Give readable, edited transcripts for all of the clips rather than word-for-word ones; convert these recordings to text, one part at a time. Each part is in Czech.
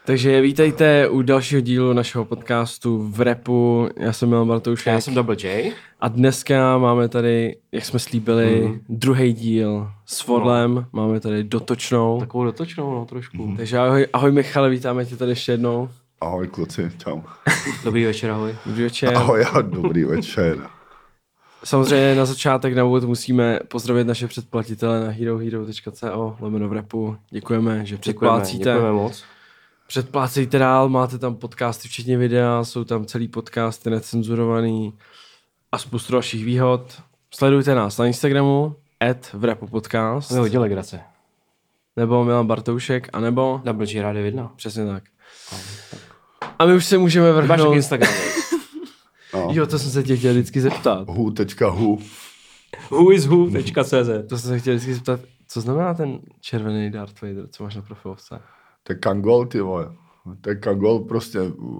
Takže vítejte u dalšího dílu našeho podcastu v rapu. Já jsem Milan Bartoušek. Já jsem Double J. A dneska máme tady, jak jsme slíbili, druhý díl s Fordlem. No. Máme tady dotočnou. Takovou dotočnou, no trošku. Takže ahoj Michale, vítáme tě tady ještě jednou. Ahoj kluci, čau. Dobrý večer, ahoj. Dobrý večer. Ahoj, dobrý večer. Samozřejmě na začátek na úvod musíme pozdravit naše předplatitele na herohero.co/v-rapu. Děkujeme, že předplácíte. Děkujeme moc. Předplácejte dál, máte tam podcasty, včetně videa, jsou tam celý podcasty necenzurovaný a spoustu dalších výhod. Sledujte nás na Instagramu @vrapupodcast. Nebo dělej grace. Nebo Milan Bartoušek, anebo Double J Rádio 1. Přesně tak. A my už se můžeme vrhnout. Máš Instagram. No. Jo, to jsem se tě chtěl vždycky zeptat. Who.hu whoiswho.cz. To jsem se chtěl vždycky zeptat, co znamená ten červený Darth Vader, co máš na profilovce? To je Kangol, ty vole. To je Kangol prostě.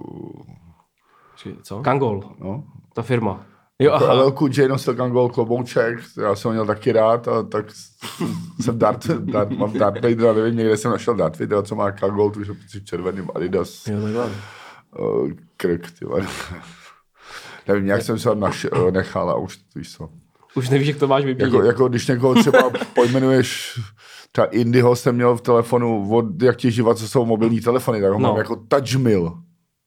Co? Kangol. No. Ta firma. Jo, aha. Velkou J nosil Kangol klobouček, já jsem ho měl taky rád, a tak jsem mám Darth Vader, nevím, někde jsem našel Darth Vader, co má Kangol, tu je červeným Adidas. Jo, takhle. Krk, ty vole. Nevím, nějak jsem se ho nechal a už, víš co. Už nevíš, jak to máš vypíjet. Jako když někoho třeba pojmenuješ, třeba Indyho jsem měl v telefonu, od jak ti živa, co jsou mobilní telefony, tak ho mám jako Touchmil.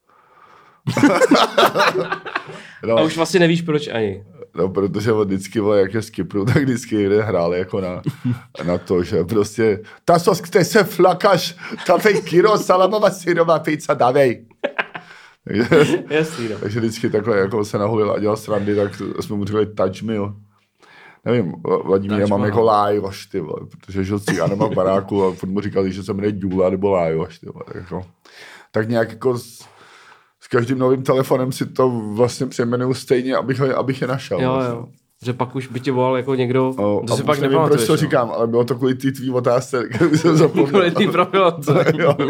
No. A už vlastně nevíš, proč ani. No, protože on vždycky byl jak je z Kypru, tak vždycky někde hrál jako na to, že prostě ta sos, kde se flakaš, ta fej kiro, salamová syrová pizza, dávej. Jasný, no. Takže vždycky takhle jako se nahulil a dělal srandy, tak jsme mu řekli Touchmil. Nevím, Vladimír, já mám jako Lájoš, ty vole, protože žil cigánem v baráku a furt mu říkali, že se jmenuje Důla nebo Lájoš, ty vole, tak nějak jako s každým novým telefonem si to vlastně přejmenuju stejně, abych je našel. Jo, vlastně. jo. Že pak už by tě volal jako někdo, to si pak nevím, proč to říkám, ale bylo to kvůli ty tvý otázce, kterou jsem zapomněl. Kvůli ty profilovce.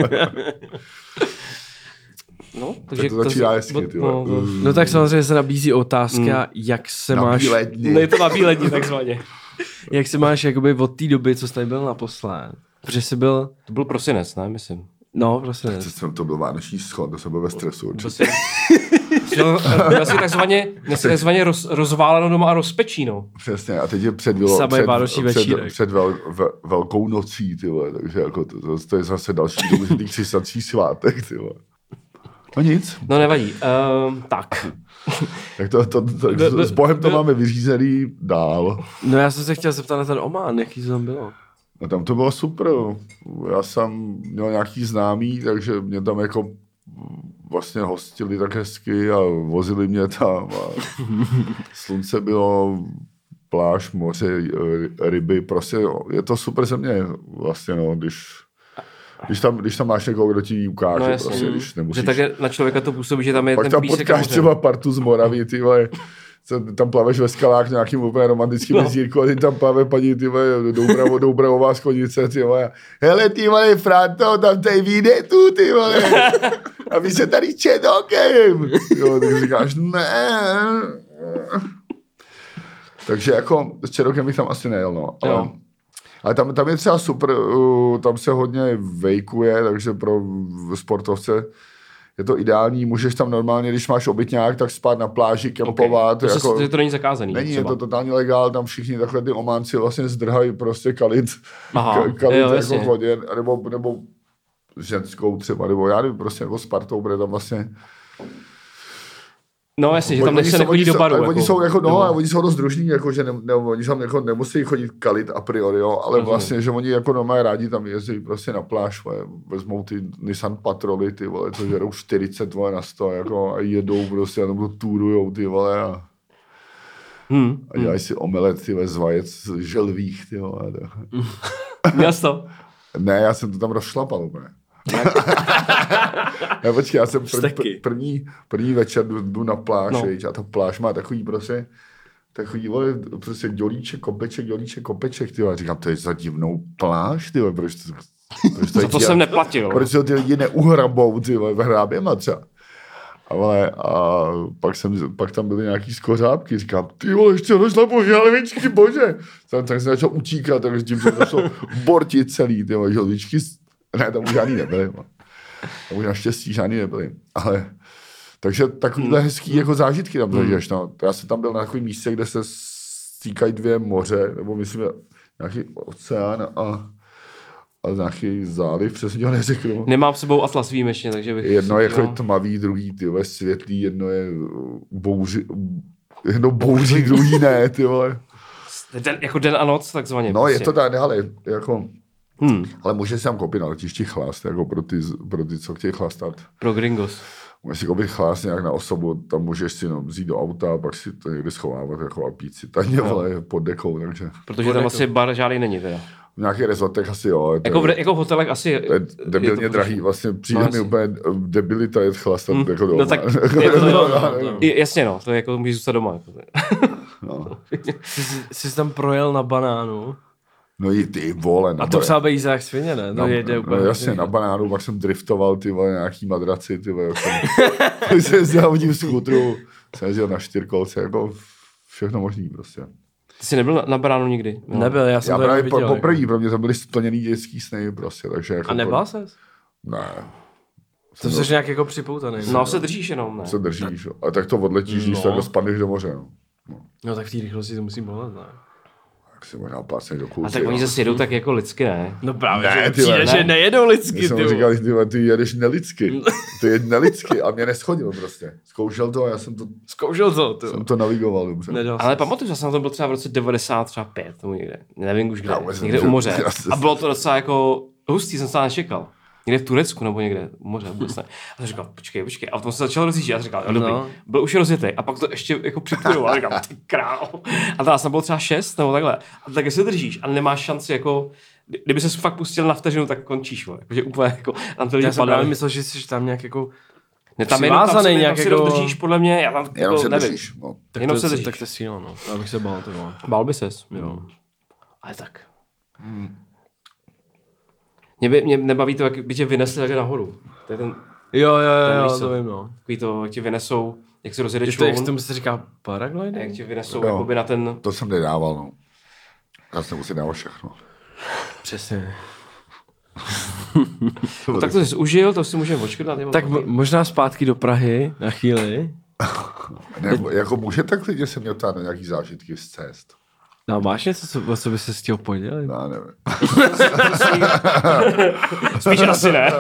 No, takže to začíná hezky, ty vole. No tak samozřejmě se nabízí otázka, jak se máš... Ne, je to nabílední takzvaně. Jak se máš jakoby od té doby, co jsi tady byl naposled? Protože jsi byl... To byl prosinec, ne, myslím. No, prostě ne. To byl vánoční schod, to jsem byl ve stresu. Já si takzvaně rozváleno doma a rozpečí, no. Přesně, a teď je před velkou nocí, ty vole, takže jako to je zase další důležitý křisací svátek, ty vole. No nic. No nevadí. Tak. Tak s Bohem to máme vyřízený dál. No já jsem se chtěl zeptat na ten Oman, jaký to tam bylo. No tam to bylo super. Já jsem měl nějaký známý, takže mě tam jako vlastně hostili tak hezky a vozili mě tam. A slunce bylo, pláž, moře, ryby, prostě je to super země vlastně, no, když tam máš někoho, kdo ti ukáže, no, prostě, když nemusíš. Že také na člověka to působí, že tam je pak ten písek. Pak tam potkáš třeba partu z Moravy, ty vole, tam plaveš ve skalách nějakým úplně romantickým jezírku a ty tam plave paní, ty vole, Doubravová schodnice, ty vole. Hele, ty vole, Franto, tam tady vyjde tu, ty vole. A vy se tady čedokem. Jo, tak říkáš, ne. Takže jako s čedokem bych tam asi nejel, no. Ale tam je třeba super, tam se hodně vejkuje, takže pro sportovce je to ideální, můžeš tam normálně, když máš obytňák, tak spát na pláži, kempovat. Okay. To není zakázaný. Není, je to totálně legál, tam všichni takhle ty Ománci vlastně zdrhají prostě kalit jako hodin, nebo ženskou třeba, nebo já nevím, prostě jako s partou, bude tam vlastně... No jasně, že tam se nechodí do baru. Oni jsou dost družní, jako, že oni tam jako nemusí chodit kalit a priori, jo, ale vlastně, že oni jako normálně rádi tam jezdí prostě na pláž, vezmou ty Nissan Patroly, ty vole, co žerou 40 vole, na 100, jako, a jedou prostě a nebo túrujou, ty vole, a dělají si omelet, ty vole, z vajec želvých, ty vole. Měl jsi to? Ne, já jsem to tam rozšlapal úplně. Já počkej, já jsem první večer jdu na pláž, a ta pláž má takový prostě dělíček, kopeček, tyhle. Říkám, to je za divnou pláž, tyhle, proč to jsem neplatil. Proč to ty lidi neuhrabou, tyhle, v hráběma třeba. A pak tam byly nějaký skořápky, říkám, ty vole, ještě došla po želvičky, bože. Tak jsem začal utíkat, takže tím, že to jsou borti celý, ty vole, želvičky, ne, tam už žádný nebyly. Už naštěstí žádný nebyli. Ale takže takovýhle hezký jako zážitky tam zažiješ. No. Já jsem tam byl na takovém místě, kde se stýkají 2 moře, nebo myslím, nějaký oceán a nějaký záliv, přesně ho neřeknu. Nemám s sebou atlas výjimečně, takže bych... Jedno je jako tmavý, druhý světlý, jedno je bouří, druhý ne, ty vole. Jako den a noc, takzvaně. No, prostě. Je to tak, ale jako... Ale může si tam koupit na letišti chlast, jako pro ty, co chtějí chlastat. Pro gringos. Můžeš si koupit chlast nějak na osobu, tam můžeš si vzít do auta a pak si to někde schovávat jako a pít si tajně, vole, pod dekou, takže... Protože tam asi bar žádný není teda. V nějakých rezortech asi jo. Jako v hotelech asi... To je debilně drahý, vlastně přijde mi úplně debilita jet chlastat jako doma. No tak, jasně no, to je jako můžeš zůstat doma. No. Jsi tam projel na banánu. No i ty vole. A to musela být jízda jak svině, ne? To jede úplně. No jasně, na banánu, pak jsem driftoval ty vole nějaký madraci, ty vole. Jsem jezdil v tím skutru, jsem jezdil na 4kolce, jako všechno možný prostě. Ty jsi nebyl na banánu nikdy? No. Nebyl, já jsem to právě viděl. Poprvé, pro mě to byly splněný dětský sny prostě, takže jako... A nebál ses? Ne. To jsi nějak jako připoutaný. No se držíš jenom, ne? Se držíš, jo. A tak to odletíš, když se jako spadneš do moře, no. No tak v té rychlosti to musí bolet, ne? Tak si možná pásneš do kulci. A tak oni zase jedou tak jako lidsky, ne? No právě, Ne, že ty vole, že nejedou lidsky, Já jsem říkal, ty jedeš nelidsky. Ty jed nelidsky a mě neschodil prostě. Zkoušel to a já jsem to navigoval dobře. Ale pamatuju, že jsem na tom byl třeba v roce 95, tomu někde. Nevím už kde. Někde u moře. A bylo to docela jako hustý, jsem se nečekal. Někde v Turecku nebo někde u moře. A jsem říkal, počkej. A potom se začal rozjíždět. A jsem říkal, dobrý. Byl už rozjetý. A pak to ještě jako připůjdu. A říkal, ty král. A tam jsem byl třeba 6 nebo takhle. A tak se držíš a nemáš šanci jako, kdyby se fakt pustil na vteřinu, tak končíš. Jakože úplně jako, tam to lidi já jsem padaly. myslel, že jsi tam nějak jako ne, tam se držíš, podle mě, já tam jenom se nevím. držíš, no. Jenom se držíš. Tak to je síla, no. Já bych se bál, to bylo. Bál by ses. Jo. Ale tak. Mě nebaví to, jak by tě vynesli takhle nahoru. To je ten... Jo, to vím, no. Takový to, jak tě vynesou, jak se rozjede čloun. čloun. Jak to se říká paragliding? Jak tě vynesou jakoby na ten... To jsem nedával, no. Já jsem musím dávat všechno. Přesně. No, tak to jsi užil, to si můžeme očkrtat. Tak možná zpátky do Prahy na chvíli. Ne, jako může tak lidi se mě ptát na nějaký zážitky z cest. No máš něco, o co by se chtěl podělit? Já nevím. Spíš asi ne.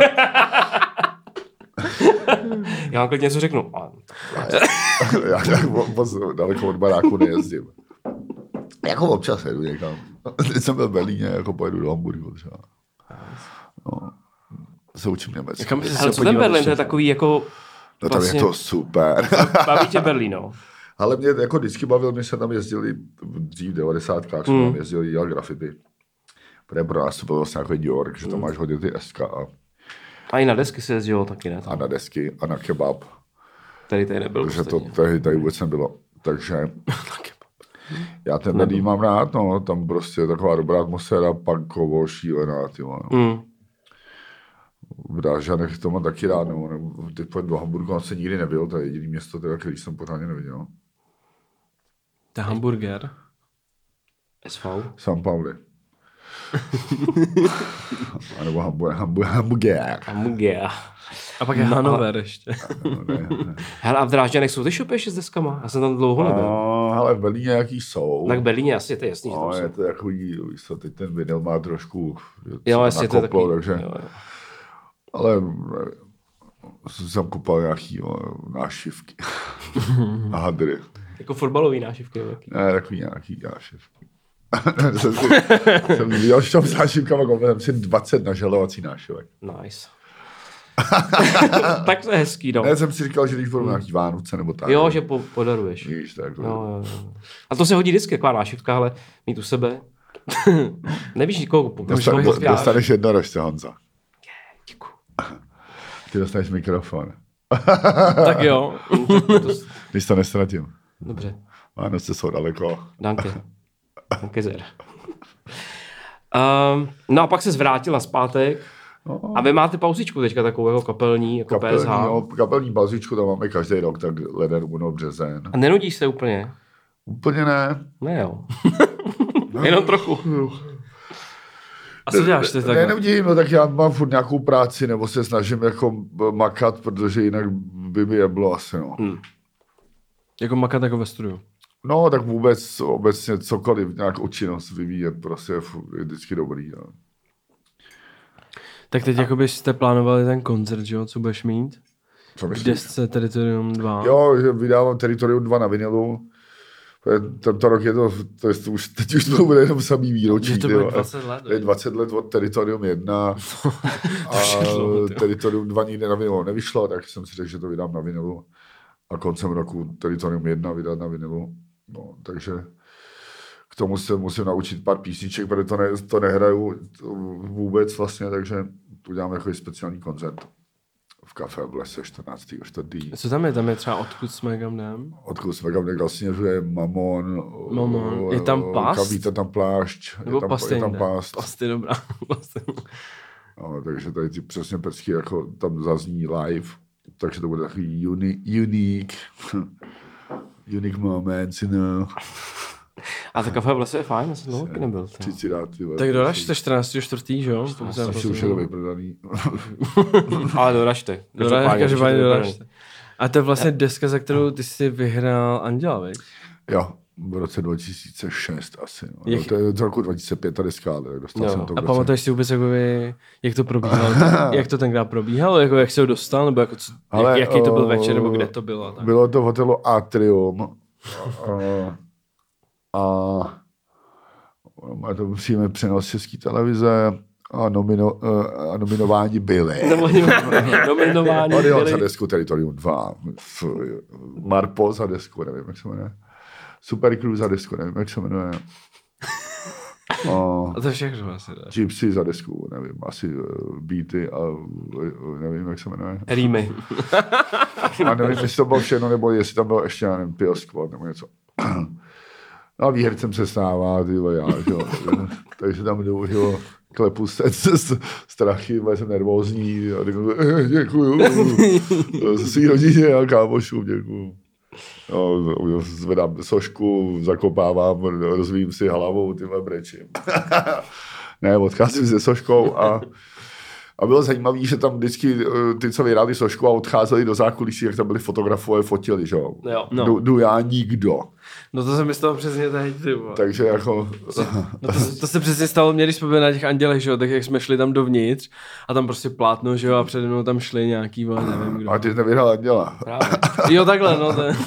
Já vám klidně něco řeknu. Já moc daleko od baráku nejezdím. Jako občas jedu někam. Teď jsem byl v Berlíně, jako pojedu do Hamburgu třeba. No, se učím německy. Ale co ten Berlín, to je takový jako... No tam je to super. Baví tě Berlín, no. Ale mě jako vždycky bavil, my se tam jezdili dřív v 90kách, jsme tam jezdili dělat graffiti. Protože pro nás to bylo vlastně jako New York, že tam máš hodně ty SK a i na desky se jezdilo taky, ne? A na desky a na kebab. Tady nebyl. Takže to tady vůbec nebylo. Takže já ten Berlín mám rád, no, tam prostě je taková dobrá atmosféra, punkovo, šílená, ty vole. V Drážďanech to mám taky rád, no. Teď pojď do Hamburgu, on se nikdy nebyl, to je jediný město, teda, který jsem pořádně neviděl. To je Hamburger. SV? San Pauli. A nebo Hamburger. Hamburger. A pak je Hanover ještě. Hele, a v Drážďanech jsou ty shopy ještě s deskama? Já jsem tam dlouho nebyl. Ale v Berlíně jaký jsou. Tak v Berlíně asi, to je jasný, že no, tam je to takový, teď ten vinyl má trošku jo, jasně, to je takový. Takže, jo. Ale jsem kupoval nějaký nášivky a hadry. Jako fotbalový nášivky? Ne, takový nějaký nášivky. jsem viděl šťom s nášivkama, koupil si 20 nažalovací nášivek. Nice. Tak to je hezký, no. Ne, jsem si říkal, že když budou nějaký Vánoce nebo tak. Jo, že podaruješ. Víš, tak. Jo. A to se hodí vždycky, taková nášivka, ale mít u sebe. Nevíš nikoho. Dostaneš jednorožce, Honza. Děkuju. Ty dostaneš mikrofon. Tak jo. Když to nestratím. Dobře. Vánoce jsou daleko. Danke sehr. No a pak se zvrátil nazpátek. No. A vy máte pauzičku teďka takovou jako kapelní, jako PSH. Kapelní pauzičku tam máme každý rok, tak leden, únor, březen. A nenudíš se úplně? Úplně ne. Ne jo. Jenom trochu. A co děláš ty takhle? Nevím, no tak já mám furt nějakou práci, nebo se snažím jako makat, protože jinak by mi jeblo asi, no. Jako makat jako ve studiu? No, tak vůbec obecně cokoliv, nějakou činnost vyvíjet, prostě je vždycky dobrý, no. Tak teď jakoby jste plánovali ten koncert, že jo, co budeš mít? V desce Territorium 2. Jo, že vydávám Territorium 2 na vinilu. Tento rok je to teď už to bude jenom samý výročí. Že to bude 20 let. Je 20 let od Territorium 1 a Territorium 2 nikde na vinilu nevyšlo, tak jsem si řekl, že to vydám na vinilu. A koncem roku Territorium 1 vydat na vinilu. No, takže k tomu se musím naučit pár písniček, protože to nehraju vůbec vlastně, takže udělám jako speciální koncert v kafe v lese 14.4. Co tam je? Tam je třeba Odkud jsme kam jdem? Odkud jsme kam jdem, vlastně je Mamon. Je tam past? Kavíte tam plášť. Nebo je tam past. Past je dobrá. No, takže tady ty přesně pecky jako tam zazní live. Takže to bude takový unique moments, you know. A to kafe v lese je fajn, já jsem dlouho nebyl. Tak doražte 14.4., že jo? Asi už je to vyprodaný. Ale doražte. Každopádně doražte. A to je vlastně deska, za kterou ty jsi vyhrál Anděla, veď? Jo, v roce 2006 asi. No. To je z roku 2005 ta deska, ale dostal jsem to v roce. A pamatuješ si vůbec, jak to probíhalo? Jak to tenkrát probíhalo? Jako, jak se ho dostal? Nebo jako, jaký to byl večer? Nebo kde to bylo? Tak? Bylo to v hotelu Atrium. A to přímý přenos České televize a nominování byli. Nominování Orion za desku Territorium 2, Marpo za desku, nevím, jak se jmenuje. Super Crew za desku, nevím, jak se jmenuje. A to všechno asi. Gypsy za desku, nevím, asi Beaty a nevím, jak se jmenuje. Rýmy. A nevím, jestli to bylo všechno, nebo jestli tam bylo ještě, nevím, Peel Squad nebo něco. No a výhercem se stává, takže tam jdu, klepu se strachy, jsem nervózní a děkuju, svý rodině a kámošům děkuju. No, zvedám sošku, zakopávám, rozvím si hlavou, brečím. Ne, odcházím se soškou a bylo zajímavé, že tam vždycky ty, co vyhráli sošku a odcházeli do zákulisí, jak tam byli fotografové, fotili, že jo. Jdu já nikdo. No to se mi stalo přesně teď, takže jako... No to se přesně stalo mě, když jsme byli na těch Andělech, že jo, tak jak jsme šli tam dovnitř a tam prostě plátno, že jo, a přede mnou tam šli nějaký, nevím kdo. A ty jsi nevyhrál Anděla. Jo, takhle, no to je.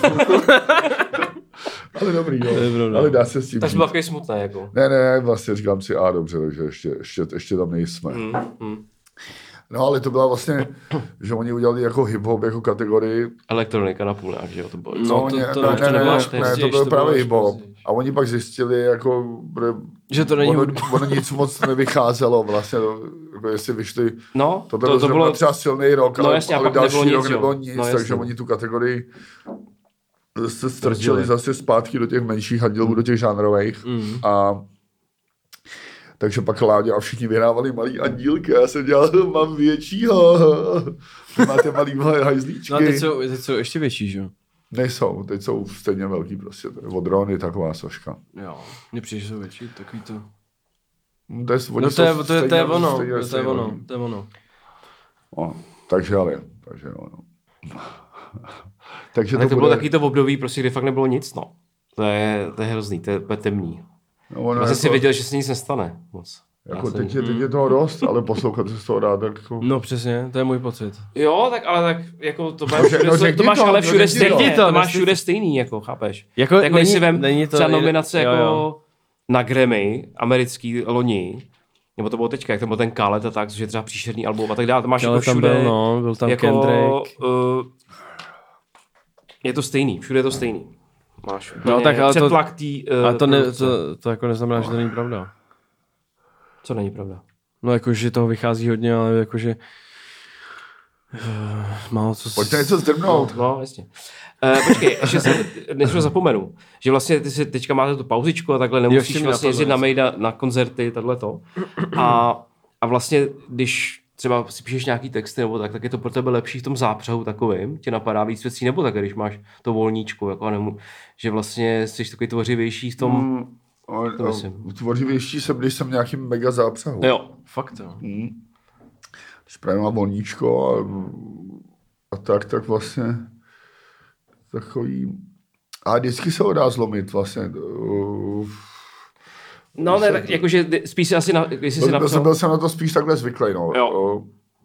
Ale dobrý, jo. Ale dá se s tím. Tak bylo takový smutné, jako. Ne, vlastně říkám si, dobře, takže ještě tam nejsme. No, ale to byla vlastně, že oni udělali jako hip-hop jako kategorii. Elektronika na půl nějak, že jo, to bylo. No, to byl právě hip-hop. A oni pak zjistili, jako, že to není ono nic moc nevycházelo vlastně, jako jestli vyšli, no, to bylo třeba silný rok, no, ale další rok nebylo nic, takže oni tu kategorii se strčili zase zpátky do těch menších andělů, do těch žánrových. A takže pak Láďa a všichni vyhrávali malý andílky. Já jsem dělal, mám většího. Máte malý hajzlíčky. No a teď jsou ještě větší, že jo? Nejsou, teď jsou stejně velký prostě. Od Rony taková soška. Jo, mně přijde, že jsou větší, takový to. To je ono. No, takže jo. Takže to bylo takový to období, prostě, kdy fakt nebylo nic, no. To je hrozný, to je temný. No, já jsem si věděl, že se nic nestane moc. Jako teď je toho dost, ale poslouchat se z toho rád. Jako... No přesně, to je můj pocit. Jo, tak ale tak jako to máš ale všude stejný, to máš všude stejný, jako chápeš. Jako když si vem třeba nominace jo. jako na Grammy, americký loni, nebo to bylo teďka, jak to byl ten Khaled a tak, což je třeba příšerný album a tak dále, to máš jako všude. Byl tam jako, Kendrick. Je to stejný, všude je to stejný. Máš tak, ale přetlak to jako neznamená, že to není pravda. Co není pravda? No jakože toho vychází hodně, ale jakože málo co... Pojďte něco zdrmnout. No, jasně. Počkej, ještě než zapomenu, že vlastně ty si teďka máte tu pauzičku a takhle nemusíš vlastně jezdit na Mejda, na koncerty, tohleto. A vlastně, když třeba si píšeš nějaký texty nebo tak je to pro tebe lepší v tom zápřehu takovým, tě napadá víc věcí, nebo tak, když máš to volníčko, jako že vlastně jsi takový tvořivější v tom Tvořivější jsem, když jsem v nějakým mega zápřahu. Jo. Fakt jo. Když právě mám volníčko a tak vlastně takový... A vždycky se ho dá zlomit vlastně. No ne, tak jakože spíš si asi, jestli si napsal... Byl jsem na to spíš takhle zvyklý, no. Jo.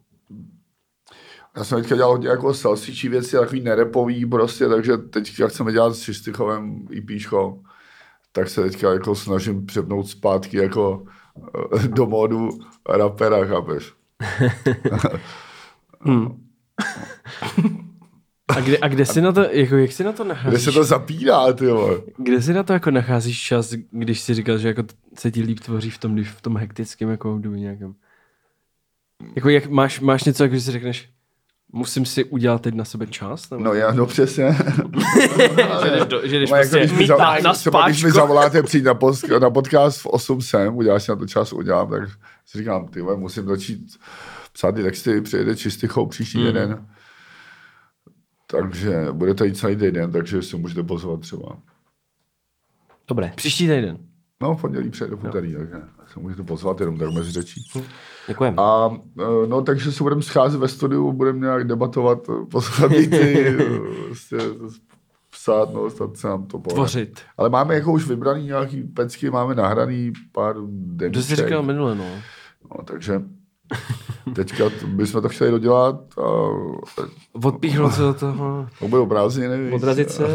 Já jsem teďka dělal hodně jako salsičí věci, takový nerepový prostě, takže teďka chceme dělat s Čistýchovem EPčko, tak se teďka jako snažím přepnout zpátky jako do módu rapera, chápeš? A kde si na to, jako jak si na to nacházíš? Kde se to zapíná, ty vole? Kde si na to jako nacházíš čas, když si říkal, že jako se ti líp tvoří v tom hektickém jako období nějakém? Jako jak máš něco, jako si řekneš, musím si udělat teď na sebe čas? Nebo? No já, no přesně. že jdeš prostě mít na spáčko. Když mi zavoláte přijít na podcast v 8 sem, uděláš si na to čas, udělám, tak si říkám, ty vole, musím začít psát ty texty, přijede Čistýchou příští den. Takže bude tady celý týden, takže si můžete pozvat třeba. Dobré. Příští týden. No, v pondělí přejde v úterý, takže se můžete pozvat jenom tak mezi řečí. Děkujeme. A no, takže se budeme scházet ve studiu, budeme nějak debatovat, poslat ty, psát, no, snad se nám to povede. Tvořit. Ale máme jako už vybraný nějaký pecky, máme nahraný pár demíček. To jsi říkal minule, no. No, takže teďka bychom to chtěli dodělat a... Odpíchnout se do toho. To budou prázdniny, víš. Odrazit se.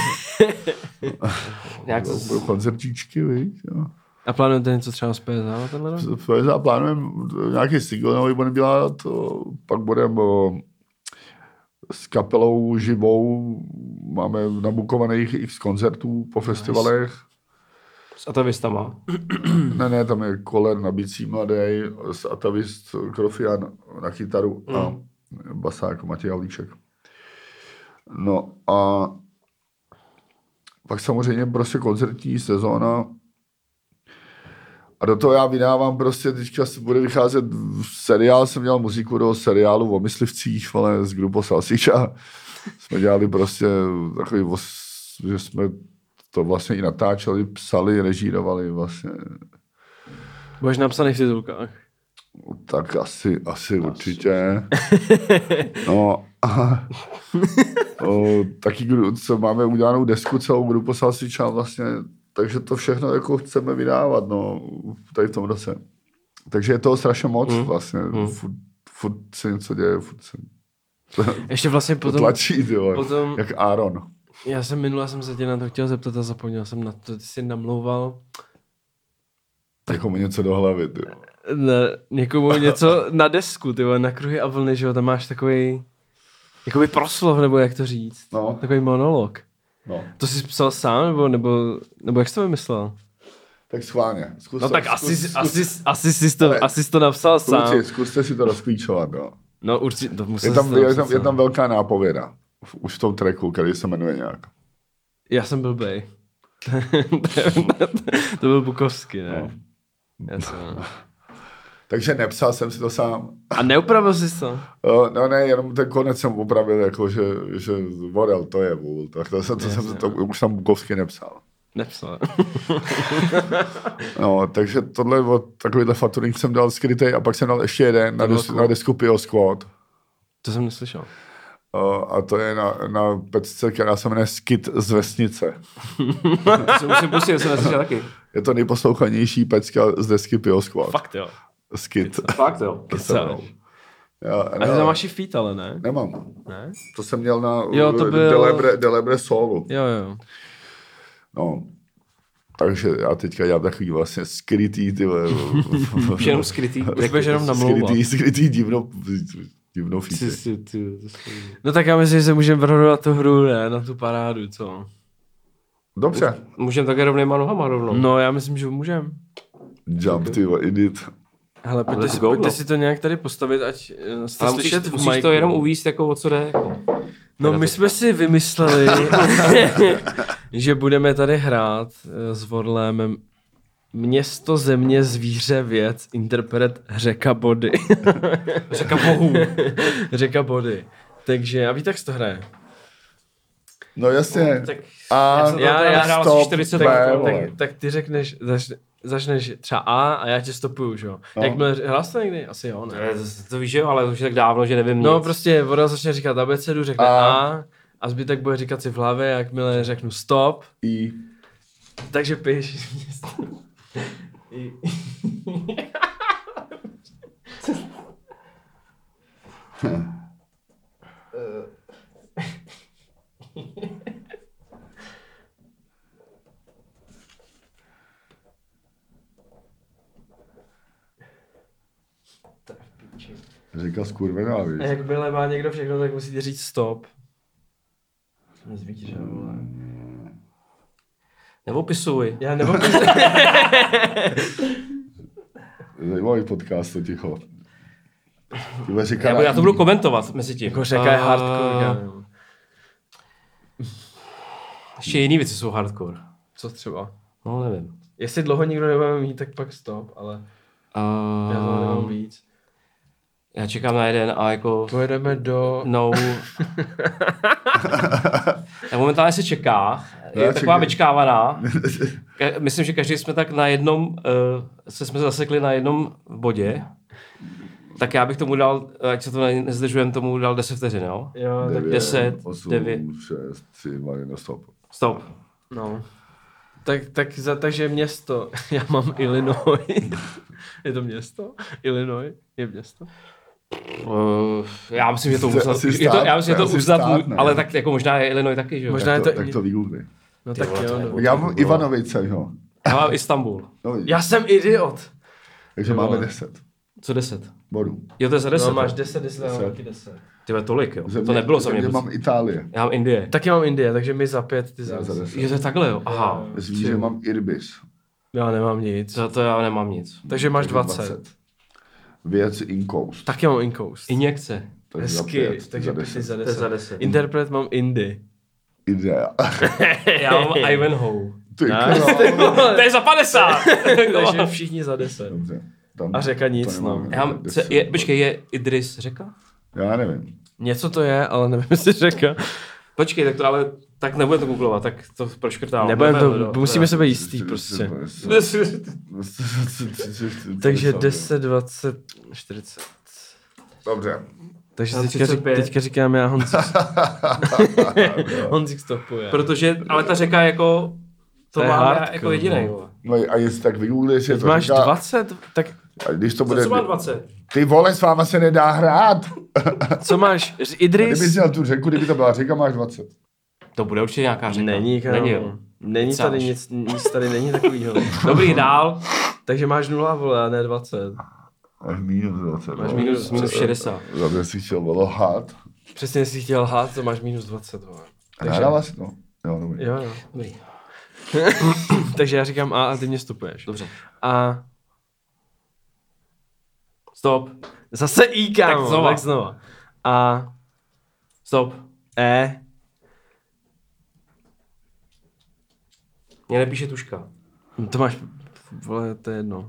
Nějak to... Budou koncertíčky, víš. Jo. A plánujete něco třeba z PSA tenhle rok? Z PSA plánujeme nějaký single nový budeme dělat, pak budeme s kapelou živou, máme nabukovaných x koncertů po festivalech. S atavistama. Ne, tam je Koller na bicí mladý, s atavist Krofian na kytaru a basák Matěj Havlíček. No a pak samozřejmě prostě koncertní sezóna. A do toho já vydávám prostě, teďka bude vycházet seriál, jsem dělal muziku do seriálu o myslivcích, ale z Grupo Salsiča. Jsme dělali prostě takový, že jsme to vlastně i natáčeli, psali, režírovali vlastně. Budeš napsaný v titulkách. Tak asi určitě. No a taky co máme udělanou desku celou Grupo Salsiča vlastně, takže to všechno jako chceme vydávat, no, tady v tom roce. Takže je toho strašně moc vlastně. Furt se něco děje, furt se... Ještě vlastně potom... Tlačí, jak Aaron. Já jsem minule se tě na to chtěl zeptat a zapomněl jsem na to, ty jsi namlouval. Někomu něco do hlavy, ty. Ne, někomu něco na desku, ty na Kruhy a vlny, že jo, tam máš takový jakoby proslov, nebo jak to říct. No. Takový monolog. No. To jsi psal sám, nebo jak jsi to vymyslel? Tak schválně. No tak asi jsi to napsal sám. Zkuste si to rozklíčovat, no. No určitě, to musím je tam velká nápověda. Už v tom tracku, který se jmenuje nějak. Já jsem byl bej. To byl Bukovský, ne? No. Takže nepsal jsem si to sám. A neupravil jsi to? No ne, jenom ten konec jsem upravil, jako že Vorel, to je vůl. To už tam Bukovský nepsal. Nepsal. No, takže takovýhle faturing jsem dal skrytý a pak jsem dal ještě jeden na desku Pio Squad. To jsem neslyšel. A to je na pecce, která se jmenuje Skit z vesnice. To musím pustit, jsem neslyšel taky. Je to nejposlouchanější pecka z desky Pio Squad. Fakt jo. Skit. Fakt jo. A ty tam máš i feat, ale ne? Nemám. Ne? To jsem měl na Delebre solo. Jo. No. Takže já teďka dělám takový vlastně skrytý, ty jenom skrytý. Budeš jenom namlouvat. Skrytý divnou featy. No tak já myslím, že se můžeme vrhnout na tu hru, ne? Na tu parádu, co? Dobře. Můžeme také rovnýma nohama rovnou. No já myslím, že můžeme. Jump, ty idiot. Hele, pojďte si to nějak tady postavit, ať jste slyšet v musíš to jenom uvíct, jako o co jde. No my jsme si vymysleli, že budeme tady hrát s Vorlémem Město, země, zvíře, věc, interpret, řeka Body. Řeka bohů. Řeka Body. Takže, a víte, jak se to hraje? No jasně. Tak A, já hrál stop, 40 B, let. vole. Tak ty řekneš, začneš třeba A já tě stopuju, že jo. No. Jakmile hrál jsi to někdy? Asi jo, ne? To víš, že jo, ale už je tak dávno, že nevím No nic. prostě voda začne říkat abecedu, řekne a zbytek bude říkat si v hlavě, jakmile řeknu stop, I. takže píš. Říkal skurvená, A víš. jakmile má někdo všechno, tak musíte říct stop. Nezvíš, že vole. Neopisuj. Já nebo Zajímavý podcast, to ticho. Tyhle říká Já to budu komentovat mezi tím. jako řeka je hardcore, kámo. Ještě jiný věci jsou hardcore. Co třeba? No, nevím. Jestli dlouho nikdo nebude mít, tak pak stop, ale já to nemám víc. Já čekám na jeden a jako... Pojedeme do... No. Já momentálně se čeká. Je Já taková čekám. vyčkávaná. Myslím, že každý jsme tak na jednom, jsme zasekli na jednom bodě. Tak já bych tomu dal, ať se to nezdržujeme, tomu dal 10 vteřin, jo? Jo, tak 10, 8, 9. 6, 3, 2, 1, stop. Stop. no. Takže město, já mám Illinois. Je to město? Illinois je město? Já myslím, že to To je uznat. asi Já myslím, že to asi uznat, stát, ne? ale tak jako možná je Illinois taky, že jo? Možná je to... Tak to vygoogli. No Ty tak vole, jo. to je No. buď- Já mám Ivanovice, jo. Já mám Istanbul. No, Já jsem idiot. takže Ty máme vole. 10 Co 10? bodů. Jo, to je za 10. No, máš 10, já mám 10. taky 10. Ty vole, tolik, jo. To Země- nebylo za mě. země mám Itálie. Já mám Indie. Taky mám Indie, takže my za 5, ty za Já za 10. 10. Jo, to je takhle, jo. Aha. Zvíře mám Irbis. Já nemám nic. To já nemám nic. Takže máš takže 20. Věc Incoast. Taky mám Incoast. Injekce. Takže za Hezky, 5, takže za pěti 10. za To je za 10. 10. Interpret mám Indie. Idea. Já mám Ivanhoe. Ty Nice. král. To je za 50. Takže všichni za 10. Dobře. Tam, A řeka nic, to nemáme. no. Já mám, počkej, je Idris řeka? Já nevím. Něco to je, ale nevím, jestli řeka. Počkej, tak to ale, tak nebude to googlovat, tak to proškrtám. Nebudeme to, musíme se být jistý prostě. Takže 10, 20, 40. Dobře. Takže Já teďka, 35. teďka říkám já Honzik. Honzik stopuje. Protože, ale ta řeka jako, to je mám já hardcore, jako jedinej. no. vole. No a jestli tak vygooglíš, je Teď to máš říká, 20, tak a když to bude... Co mám 20? Ty vole, s váma se nedá hrát. co máš? Kdybys Idris? měl tu řeku, kdyby to byla řeka, máš 20. To bude určitě nějaká řeka. Není, kámo. Není, jo. Není tady nic tady není takovýho. Dobrý, dál. Takže máš 0, vole, a ne 20. Máš minus 20. Máš no. minus 60. Zase si chtěl lhát. Přesně jsi chtěl lhát, to máš minus 20, vole. A nahrává si to? Jo, dobrý. Jo. Dobrý. Takže já říkám A ty mě stopuješ. Dobře. A Stop. zase I, kámo. Tak znova. A Stop. E. Mně nepíše tuška. To máš, vole, to je jedno.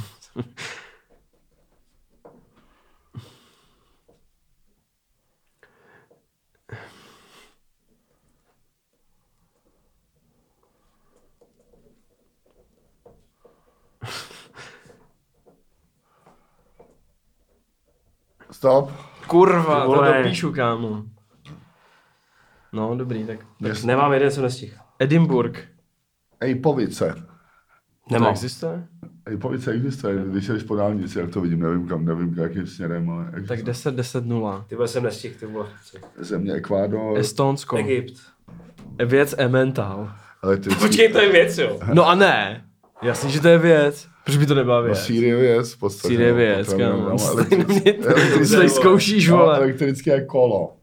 Stop. Kurva, to Vole. dopíšu, kámo. No, dobrý, tak. Yes. Nemám jeden, co nestihl. Edinburgh. Ejpovice. To Nemám. existuje? Ejpovice existuje, když jdeš po dálnici, jak to vidím, nevím jakým směrem, ale Tak existuje. 10, 10, 0. Ty vole jsem nestihl, ty vole. Země Ekvádor, Estonsko. Egypt. Věc Emmental. elektrický... Počkej, to je věc, jo. No a ne. Jasně, že to je věc. Proč by to nebyla No, věc? Sýrie věc, v podstatě. Sýrie no, věc, potřebujeme, kámo. no, Co tady zkoušíš, no, vole? elektrické kolo.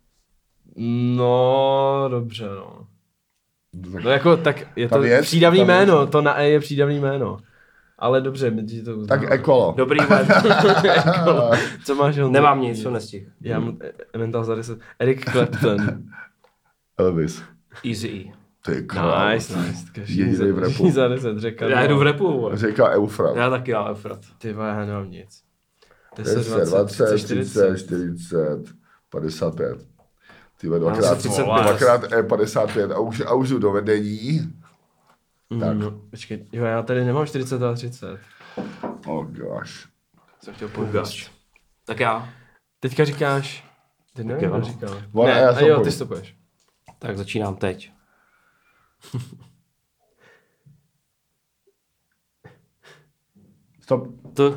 No, dobře, no. No jako, tak je Ta to věc, přídavný ta věc. jméno, to na E je přídavný jméno. Ale dobře, my ti to uznáme. Tak ekolo. Dobrý, vole. Co máš, Honzo? Nemám nic, co nestihl. Já mám Emmental za 10. Eric Clapton. Elvis. Easy E. Ty král. Nice. Jedinej v repu. Každý za 10, řeka. Já jdu v repu, vole. Řeka Eufrat. Já taky mám Efrat. Ty vole, já nemám nic. 10, 20, 30, 40, 55. Tyhle dvakrát E55 a už jdu do vedení. Tak. Počkej, jo, já tady nemám 40 a 30. Oh gosh. Jsem chtěl použít. Tak já. Teďka říkáš... Ty nevím, kdo říkal. Ne, a jo, ty stopuješ. Tak začínám teď. Stop. To...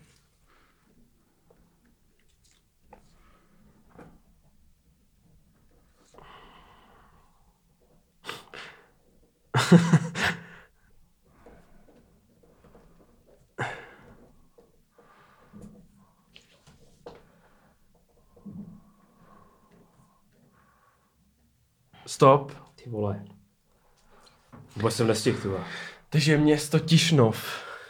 Stop. Ty vole. Vůbec jsem nestihl, ty vole. Takže město Tišnov.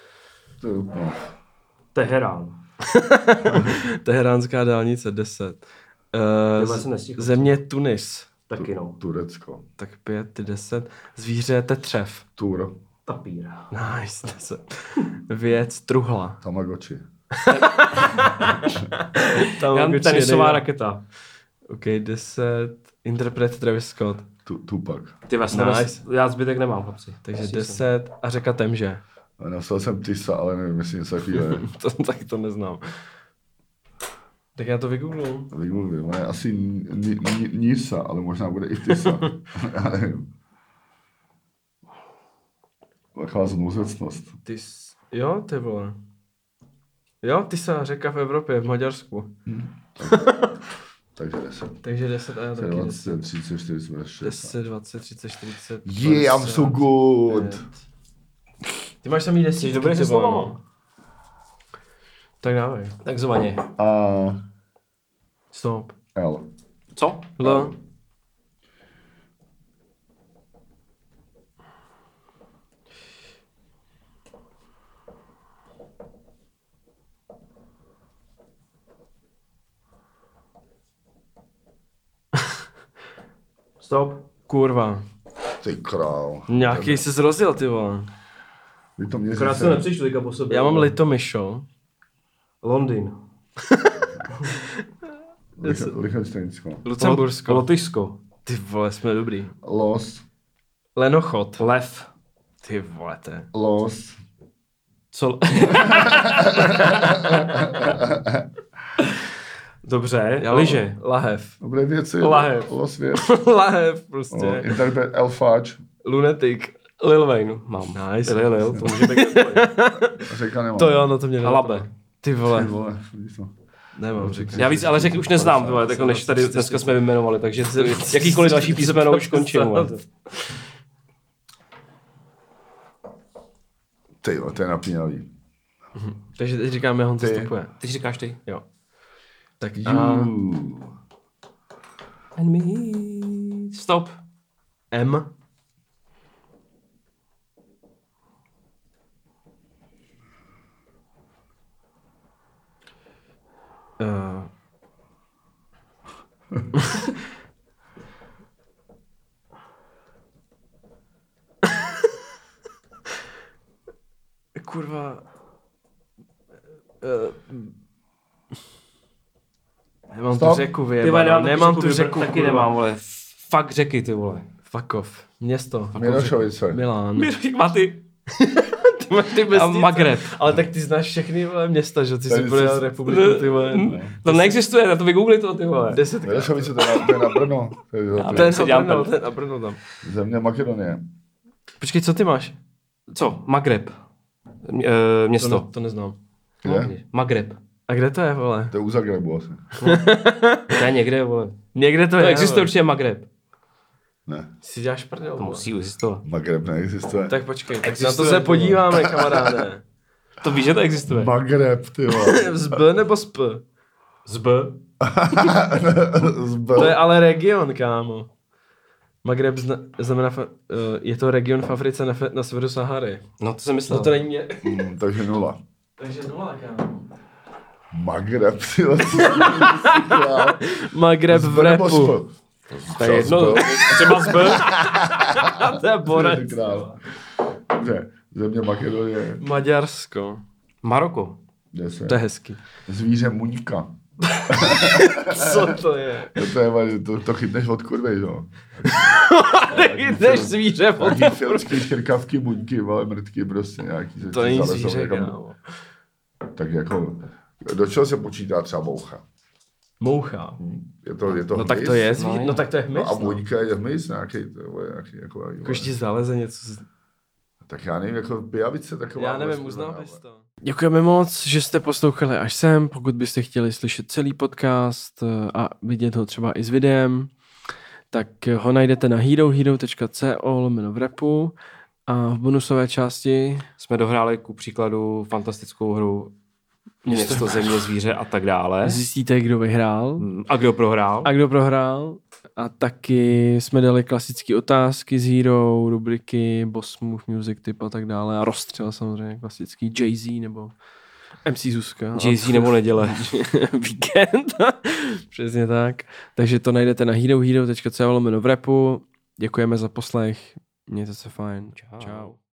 Teherán. Teheránská dálnice 10. Vůbec jsem nestihl. Země Tunis. Taky no. Turecko. Tak 5, ty 10. Zvíře tetřev. Tur. Tapír. Nice, 10. Věc truhla. Tamagotchi. Tenisová raketa. OK, 10. Interpret Travis Scott. Tupac. Ty vlastně, Nice. já zbytek nemám, chlapci. Takže 10 a řeka Temže. Napsal jsem Tisa, ale nevím, jestli něco chvíle. Tak to neznám. Tak já to vygooglu. Vygooglím, ale asi Nisa, ale možná bude i Tisa. Já nevím. Taková znouzecnost. Jo, ty vole. Jo, Tisa, řeka v Evropě, v Maďarsku. Takže 10. Takže 10 a já taky 20, 30, 40, 60. 10, 20, 30, 40, Yeah, I'm so good. 5. Ty máš samý desítky. Jsi dobrý se slovama. Tak dávej. Takzvaně. A Stop. L. Co? L. Stop. Kurva. Ty král. Nějaký jsi zrozil, ty vole. Vy to mě Akorát se nepřišli teďka po sobě. Já mám Litomyšl. Londýn. Lichtensteinsko. Lucembursko. Lotyšsko. Ty vole, jsme dobrý. Los. Lenochod. Lev. Ty vole, to je. Los. Co? Dobře, liže. Lahev. Dobré věci. Lahev. Los věc. Lahev, prostě. Interpret Elfage. Lunatic. Lil Wayne mám. Nice. Lil, to může být. Řeka nemám. To jo, no to mě Halabe. Ty Ty vole. vole, vidíš to. Nemám řekl. Já víc, ale řekl už neznám, vole, jako než tady dneska jsme vyjmenovali, takže jakýkoliv další písmeno už končím. Vole. Ty jo, to je napínavý. Takže teď říkáme, Honza Ty. stopuje. Ty říkáš ty. Jo. Tak And me. Stop. M. Kurva. Nemám tu řeku vyjebanou. Nemám tu řeku. Taky nemám, vole. Fuck řeky, ty vole. Fuck off. Město. Milošovice. Milán. Maty. Ty A Magreb. Ale tak ty znáš všechny vole města, že ty jsi projel republiku, ty vole. To neexistuje, na to vygoogli to, ty vole. 10. Milošovice, to je na Brno. Ten na Brno tam. Země Makedonie. Počkej, co ty máš? Co? Magreb. Město. To neznám. Kde? Magreb. A kde to je, vole? To je u Zagrebu asi. To je někde, vole. Někde to To je, existuje vole. určitě Magreb. Ne, Si děláš prdel, To vole. musí existovat. Magreb neexistuje. Tak počkej, tak na Existuje, to se ty podíváme, kamaráde. To víš, že to existuje. Magreb, ty vole. Z B nebo z P? Z B. To je ale region, kámo. Magreb znamená, je to region v Africe na severu Sahary. No to jsem myslel. No to není mě. Takže 0. Takže 0, kámo. Magreb, ty vole. Magreb v repu. To je jedno. Třeba z B. To je borec. Dobře, země Makedonie. Maďarsko. Maroko. 10. To je hezky. Zvíře muňka. Co to je? To chytneš od kurvy, jo. Chytneš zvíře od Nějaký filmský škrkavky, buňky, vole, mrtky, prostě nějaký. To není zvíře, Tak jako, do čeho se počítá třeba moucha? Moucha. Je to No hmyz? tak to je zvíře, no tak to je hmyz. No a buňka je hmyz, nějaký jako... Jakož ti zaleze něco. Tak já nevím, jako pijavice taková. Já nevím, uznal bys to. Děkujeme moc, že jste poslouchali až sem. Pokud byste chtěli slyšet celý podcast a vidět ho třeba i s videem, tak ho najdete na herohero.co/vrapu a v bonusové části jsme dohráli ku příkladu fantastickou hru Město, země, zvíře a tak dále. Zjistíte, kdo vyhrál. A kdo prohrál. A taky jsme dali klasické otázky z Hero, rubriky Boss Move, Music Tip a tak dále. A rozstřel samozřejmě klasický Jay-Z nebo MC Zuzka. Jay-Z nebo neděle. Víkend. Přesně tak. Takže to najdete na herohero.co/vrapu. Děkujeme za poslech. Mějte se fajn. Čau.